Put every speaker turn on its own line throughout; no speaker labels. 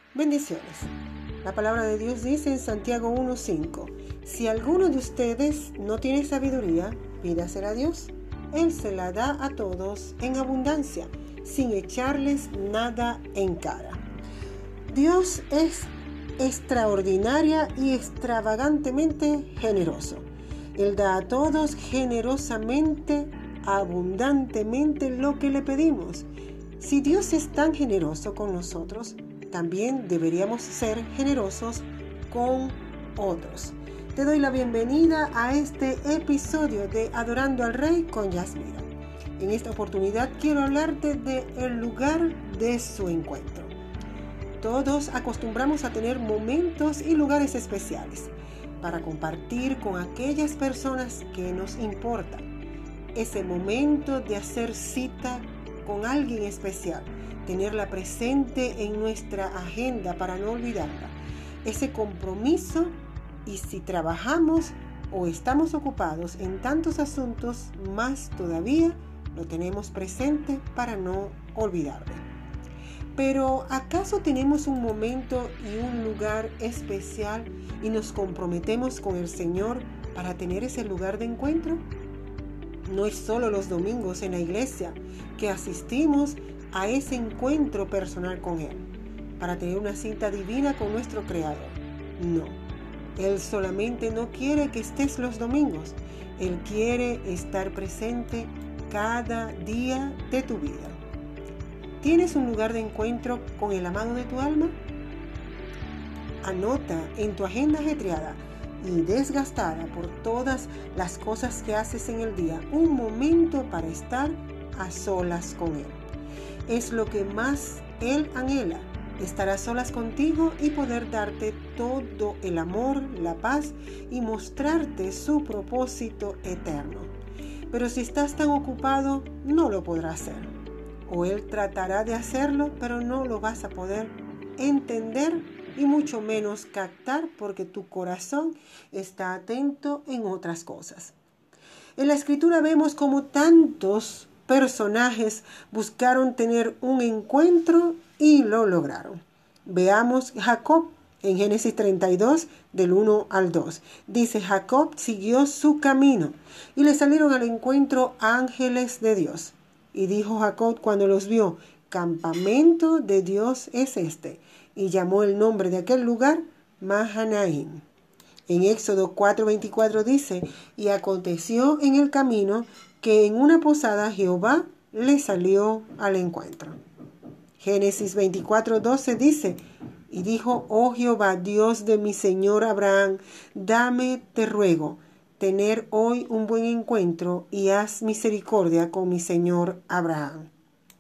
Bendiciones. La palabra de Dios dice en Santiago 1:5: si alguno de ustedes no tiene sabiduría, pídasela a Dios. Él se la da a todos en abundancia, sin echarles nada en cara. Dios es extraordinaria y extravagantemente generoso. Él da a todos generosamente, abundantemente lo que le pedimos. Si Dios es tan generoso con nosotros, también deberíamos ser generosos con otros. Te doy la bienvenida a este episodio de Adorando al Rey con Yasmira. En esta oportunidad quiero hablarte del lugar de su encuentro. Todos acostumbramos a tener momentos y lugares especiales para compartir con aquellas personas que nos importan. Ese momento de hacer cita con alguien especial, tenerla presente en nuestra agenda para no olvidarla. Ese compromiso, y si trabajamos o estamos ocupados en tantos asuntos, más todavía lo tenemos presente para no olvidarlo. Pero ¿acaso tenemos un momento y un lugar especial y nos comprometemos con el Señor para tener ese lugar de encuentro? No es solo los domingos en la iglesia que asistimos a ese encuentro personal con Él, para tener una cita divina con nuestro Creador. No, Él solamente no quiere que estés los domingos. Él quiere estar presente cada día de tu vida. ¿Tienes un lugar de encuentro con el amado de tu alma? Anota en tu agenda ajetreada y desgastada por todas las cosas que haces en el día un momento para estar a solas con Él. Es lo que más Él anhela, estar a solas contigo y poder darte todo el amor, la paz y mostrarte su propósito eterno. Pero si estás tan ocupado, no lo podrás hacer. O Él tratará de hacerlo, pero no lo vas a poder entender y mucho menos captar porque tu corazón está atento en otras cosas. En la Escritura vemos cómo tantos personajes buscaron tener un encuentro y lo lograron. Veamos Jacob en Génesis 32 del 1 al 2. Dice: Jacob siguió su camino y le salieron al encuentro ángeles de Dios. Y dijo Jacob cuando los vio: campamento de Dios es este. Y llamó el nombre de aquel lugar Mahanaim. En Éxodo 4:24 dice: y aconteció en el camino que en una posada Jehová le salió al encuentro. Génesis 24:12 dice: y dijo: oh Jehová, Dios de mi señor Abraham, dame, te ruego, tener hoy un buen encuentro y haz misericordia con mi señor Abraham.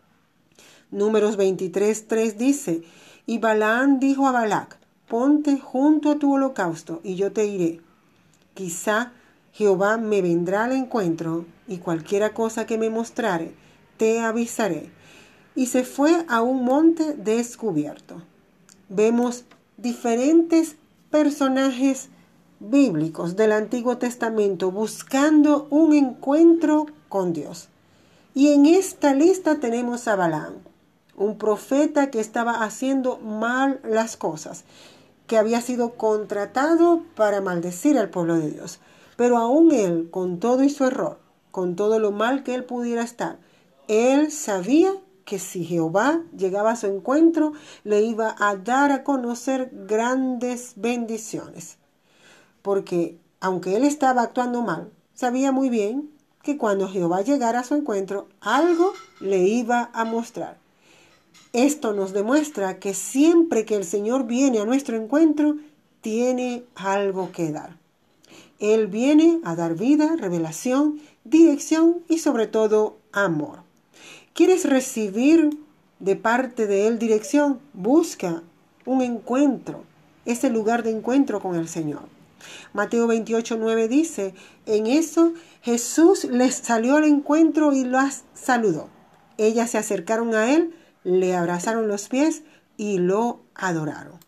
Números 23:3 dice: y Balaam dijo a Balac: ponte junto a tu holocausto y yo te iré. Quizá Jehová me vendrá al encuentro y cualquiera cosa que me mostrare, te avisaré. Y se fue a un monte descubierto. Vemos diferentes personajes bíblicos del Antiguo Testamento buscando un encuentro con Dios. Y en esta lista tenemos a Balaam, un profeta que estaba haciendo mal las cosas, que había sido contratado para maldecir al pueblo de Dios. Pero aún él, con todo y su error, con todo lo mal que él pudiera estar, él sabía que si Jehová llegaba a su encuentro, le iba a dar a conocer grandes bendiciones. Porque aunque él estaba actuando mal, sabía muy bien que cuando Jehová llegara a su encuentro, algo le iba a mostrar. Esto nos demuestra que siempre que el Señor viene a nuestro encuentro, tiene algo que dar. Él viene a dar vida, revelación, dirección y sobre todo amor. ¿Quieres recibir de parte de Él dirección? Busca un encuentro, ese lugar de encuentro con el Señor. Mateo 28:9 dice: en eso Jesús les salió al encuentro y las saludó. Ellas se acercaron a Él, le abrazaron los pies y lo adoraron.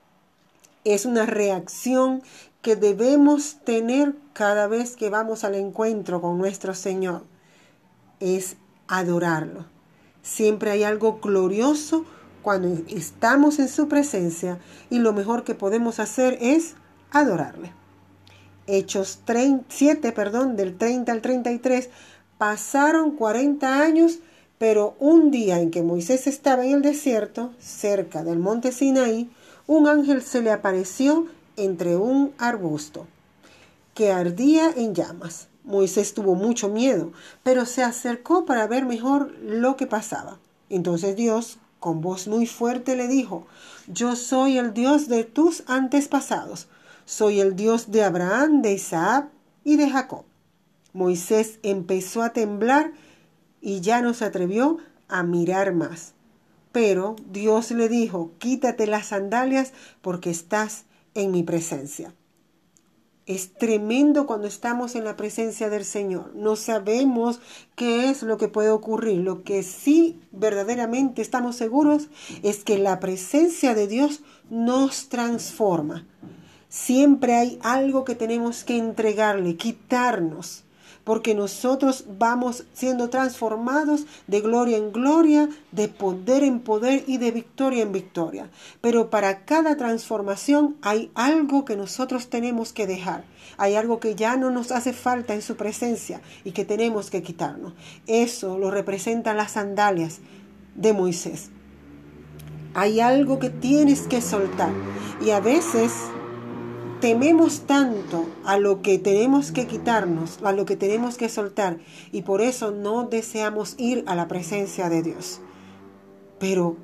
Es una reacción que debemos tener cada vez que vamos al encuentro con nuestro Señor. Es adorarlo. Siempre hay algo glorioso cuando estamos en su presencia y lo mejor que podemos hacer es adorarle. Hechos 7, del 30 al 33, pasaron 40 años, pero un día en que Moisés estaba en el desierto, cerca del monte Sinaí, un ángel se le apareció entre un arbusto que ardía en llamas. Moisés tuvo mucho miedo, pero se acercó para ver mejor lo que pasaba. Entonces Dios, con voz muy fuerte, le dijo: yo soy el Dios de tus antepasados. Soy el Dios de Abraham, de Isaac y de Jacob. Moisés empezó a temblar y ya no se atrevió a mirar más. Pero Dios le dijo: quítate las sandalias porque estás en mi presencia. Es tremendo cuando estamos en la presencia del Señor. No sabemos qué es lo que puede ocurrir. Lo que sí verdaderamente estamos seguros es que la presencia de Dios nos transforma. Siempre hay algo que tenemos que entregarle, quitarnos, porque nosotros vamos siendo transformados de gloria en gloria, de poder en poder y de victoria en victoria. Pero para cada transformación hay algo que nosotros tenemos que dejar. Hay algo que ya no nos hace falta en su presencia y que tenemos que quitarnos. Eso lo representan las sandalias de Moisés. Hay algo que tienes que soltar y a veces tememos tanto a lo que tenemos que quitarnos, a lo que tenemos que soltar, y por eso no deseamos ir a la presencia de Dios. Pero,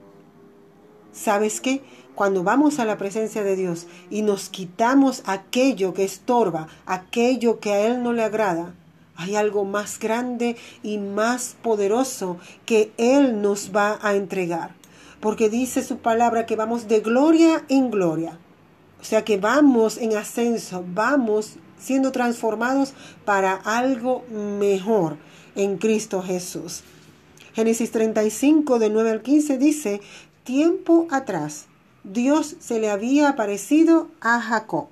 ¿sabes qué? Cuando vamos a la presencia de Dios y nos quitamos aquello que estorba, aquello que a Él no le agrada, hay algo más grande y más poderoso que Él nos va a entregar. Porque dice su palabra que vamos de gloria en gloria. O sea que vamos en ascenso, vamos siendo transformados para algo mejor en Cristo Jesús. Génesis 35, de 9 al 15 dice: tiempo atrás, Dios se le había aparecido a Jacob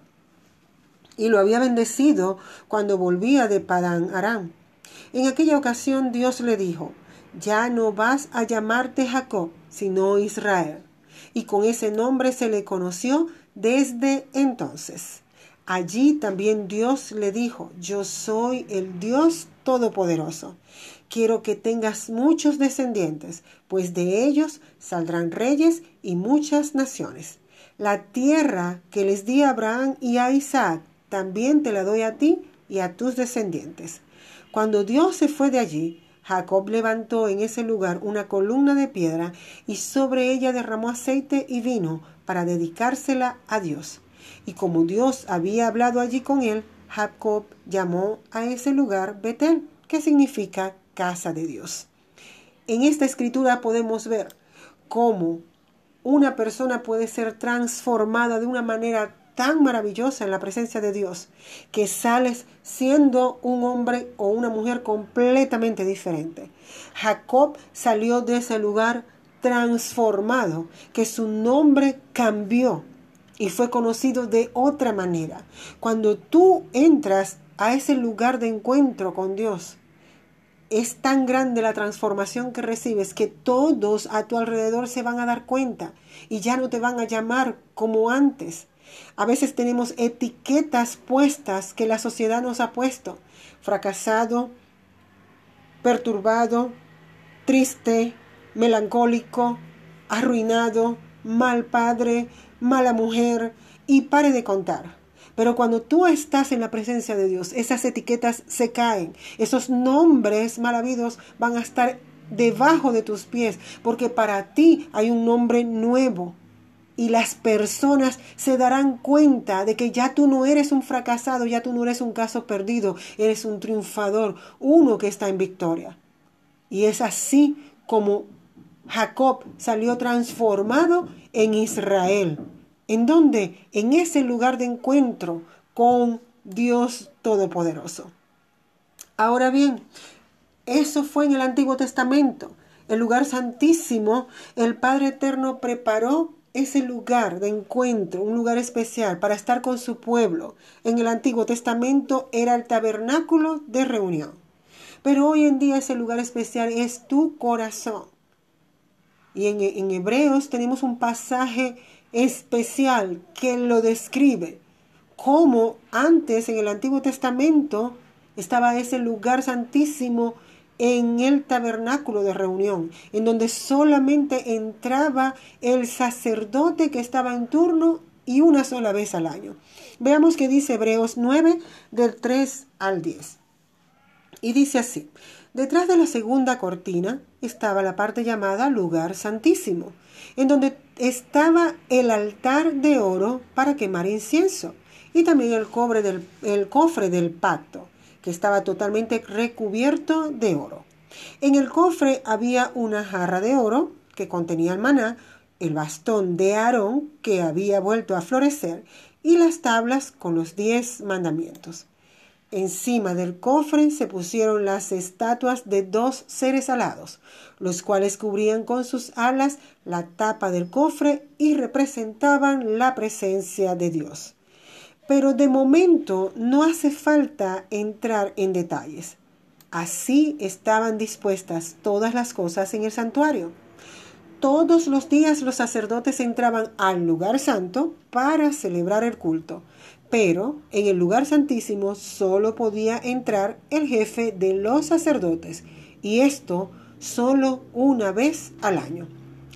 y lo había bendecido cuando volvía de Padán Aram. En aquella ocasión Dios le dijo: ya no vas a llamarte Jacob, sino Israel. Y con ese nombre se le conoció desde entonces. Allí también Dios le dijo: yo soy el Dios Todopoderoso. Quiero que tengas muchos descendientes, pues de ellos saldrán reyes y muchas naciones. La tierra que les di a Abraham y a Isaac, también te la doy a ti y a tus descendientes. Cuando Dios se fue de allí, Jacob levantó en ese lugar una columna de piedra y sobre ella derramó aceite y vino para dedicársela a Dios. Y como Dios había hablado allí con él, Jacob llamó a ese lugar Betel, que significa casa de Dios. En esta escritura podemos ver cómo una persona puede ser transformada de una manera tan maravillosa en la presencia de Dios, que sales siendo un hombre o una mujer completamente diferente. Jacob salió de ese lugar transformado, que su nombre cambió y fue conocido de otra manera. Cuando tú entras a ese lugar de encuentro con Dios, es tan grande la transformación que recibes que todos a tu alrededor se van a dar cuenta y ya no te van a llamar como antes. A veces tenemos etiquetas puestas que la sociedad nos ha puesto: fracasado, perturbado, triste, melancólico, arruinado, mal padre, mala mujer, y pare de contar. Pero cuando tú estás en la presencia de Dios, esas etiquetas se caen. Esos nombres mal habidos van a estar debajo de tus pies, porque para ti hay un nombre nuevo. Y las personas se darán cuenta de que ya tú no eres un fracasado, ya tú no eres un caso perdido, eres un triunfador, uno que está en victoria. Y es así como Jacob salió transformado en Israel. ¿En dónde? En ese lugar de encuentro con Dios Todopoderoso. Ahora bien, eso fue en el Antiguo Testamento. El lugar santísimo, el Padre Eterno preparó ese lugar de encuentro, un lugar especial para estar con su pueblo. En el Antiguo Testamento era el tabernáculo de reunión. Pero hoy en día ese lugar especial es tu corazón. Y en Hebreos tenemos un pasaje especial que lo describe. Como antes en el Antiguo Testamento estaba ese lugar santísimo en el tabernáculo de reunión, en donde solamente entraba el sacerdote que estaba en turno y una sola vez al año. Veamos qué dice Hebreos 9, del 3 al 10. Y dice así: detrás de la segunda cortina estaba la parte llamada lugar santísimo, en donde estaba el altar de oro para quemar incienso, y también el cofre del pacto, que estaba totalmente recubierto de oro. En el cofre había una jarra de oro que contenía el maná, el bastón de Aarón que había vuelto a florecer, y las tablas con los 10 mandamientos. Encima del cofre se pusieron las estatuas de 2 seres alados, los cuales cubrían con sus alas la tapa del cofre y representaban la presencia de Dios. Pero de momento no hace falta entrar en detalles. Así estaban dispuestas todas las cosas en el santuario. Todos los días los sacerdotes entraban al lugar santo para celebrar el culto, pero en el lugar santísimo solo podía entrar el jefe de los sacerdotes, y esto solo una vez al año.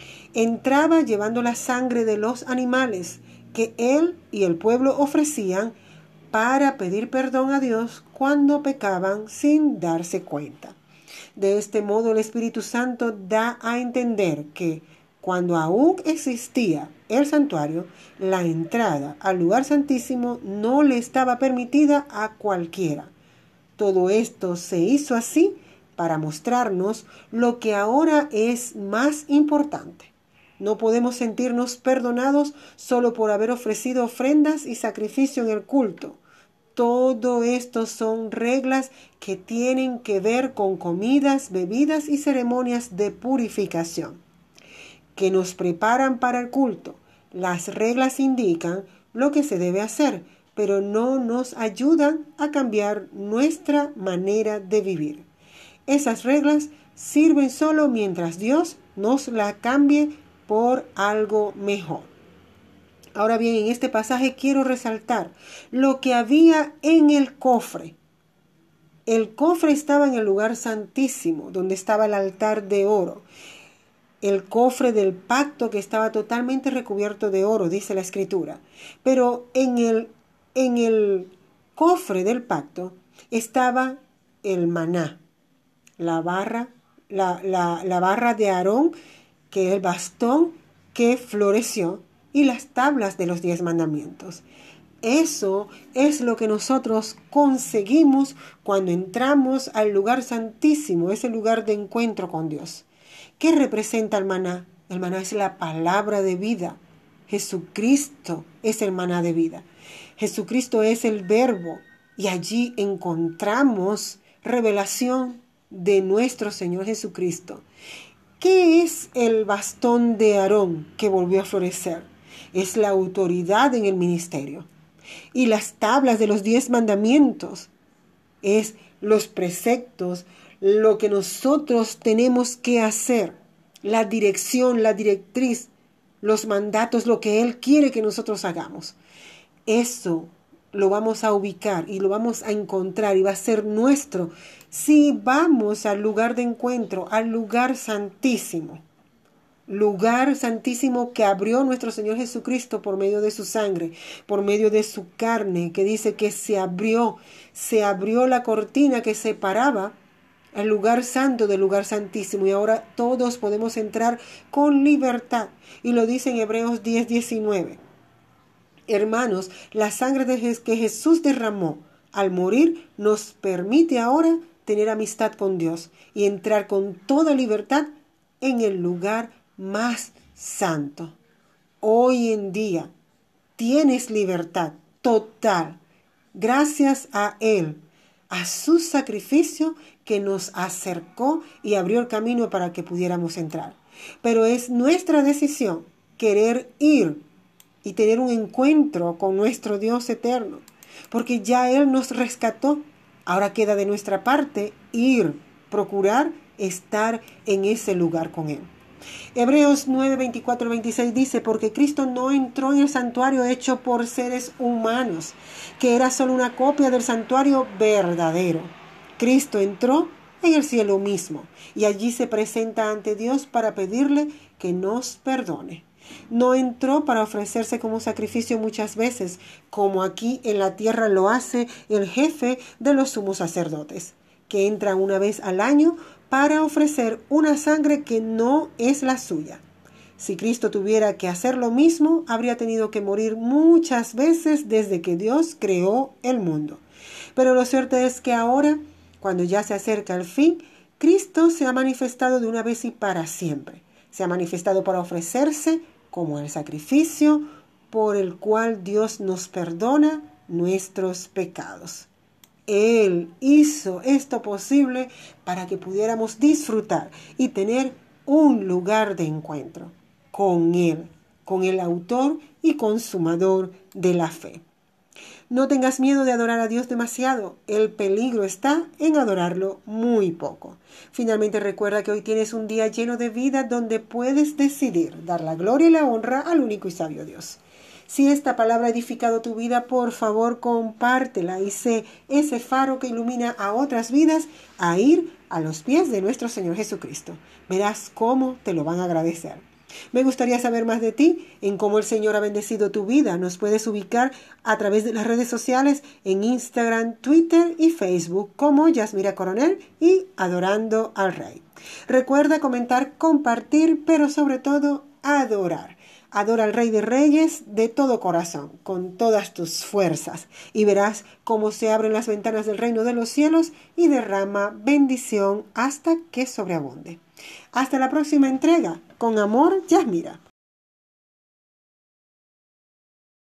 Entraba llevando la sangre de los animales que él y el pueblo ofrecían para pedir perdón a Dios cuando pecaban sin darse cuenta. De este modo el Espíritu Santo da a entender que cuando aún existía el santuario, la entrada al lugar santísimo no le estaba permitida a cualquiera. Todo esto se hizo así para mostrarnos lo que ahora es más importante. No podemos sentirnos perdonados solo por haber ofrecido ofrendas y sacrificio en el culto. Todo esto son reglas que tienen que ver con comidas, bebidas y ceremonias de purificación, que nos preparan para el culto. Las reglas indican lo que se debe hacer, pero no nos ayudan a cambiar nuestra manera de vivir. Esas reglas sirven solo mientras Dios nos la cambie por algo mejor. Ahora bien, en este pasaje quiero resaltar lo que había en el cofre. El cofre estaba en el lugar santísimo, donde estaba el altar de oro. El cofre del pacto que estaba totalmente recubierto de oro, dice la Escritura. Pero en el cofre del pacto estaba el maná, la barra de Aarón, que es el bastón que floreció, y las tablas de los 10 mandamientos. Eso es lo que nosotros conseguimos cuando entramos al lugar santísimo, ese lugar de encuentro con Dios. ¿Qué representa el maná? El maná es la palabra de vida. Jesucristo es el maná de vida. Jesucristo es el verbo, y allí encontramos revelación de nuestro Señor Jesucristo. ¿Qué es el bastón de Aarón que volvió a florecer? Es la autoridad en el ministerio. Y las tablas de los 10 mandamientos es los preceptos, lo que nosotros tenemos que hacer, la dirección, la directriz, los mandatos, lo que Él quiere que nosotros hagamos. Eso lo vamos a ubicar y lo vamos a encontrar y va a ser nuestro si vamos al lugar de encuentro, al lugar santísimo que abrió nuestro Señor Jesucristo por medio de su sangre, por medio de su carne, que dice que se abrió la cortina que separaba el lugar santo del lugar santísimo, y ahora todos podemos entrar con libertad, y lo dice en Hebreos 10:19. Hermanos, la sangre que Jesús derramó al morir nos permite ahora tener amistad con Dios y entrar con toda libertad en el lugar más santo. Hoy en día tienes libertad total gracias a Él, a su sacrificio que nos acercó y abrió el camino para que pudiéramos entrar. Pero es nuestra decisión querer ir y tener un encuentro con nuestro Dios eterno, porque ya Él nos rescató. Ahora queda de nuestra parte ir, procurar estar en ese lugar con Él. Hebreos 9, 24 al 26 dice, porque Cristo no entró en el santuario hecho por seres humanos, que era solo una copia del santuario verdadero. Cristo entró en el cielo mismo y allí se presenta ante Dios para pedirle que nos perdone. No entró para ofrecerse como sacrificio muchas veces, como aquí en la tierra lo hace el jefe de los sumos sacerdotes, que entra una vez al año para ofrecer una sangre que no es la suya. Si Cristo tuviera que hacer lo mismo, habría tenido que morir muchas veces desde que Dios creó el mundo. Pero lo cierto es que ahora, cuando ya se acerca el fin, Cristo se ha manifestado de una vez y para siempre. Se ha manifestado para ofrecerse como el sacrificio por el cual Dios nos perdona nuestros pecados. Él hizo esto posible para que pudiéramos disfrutar y tener un lugar de encuentro con Él, con el autor y consumador de la fe. No tengas miedo de adorar a Dios demasiado. El peligro está en adorarlo muy poco. Finalmente recuerda que hoy tienes un día lleno de vida donde puedes decidir dar la gloria y la honra al único y sabio Dios. Si esta palabra ha edificado tu vida, por favor compártela y sé ese faro que ilumina a otras vidas a ir a los pies de nuestro Señor Jesucristo. Verás cómo te lo van a agradecer. Me gustaría saber más de ti, en cómo el Señor ha bendecido tu vida. Nos puedes ubicar a través de las redes sociales en Instagram, Twitter y Facebook como Yasmira Coronel y Adorando al Rey. Recuerda comentar, compartir, pero sobre todo adorar. Adora al Rey de Reyes de todo corazón, con todas tus fuerzas, y verás cómo se abren las ventanas del reino de los cielos y derrama bendición hasta que sobreabunde. Hasta la próxima entrega. Con amor, Yasmira.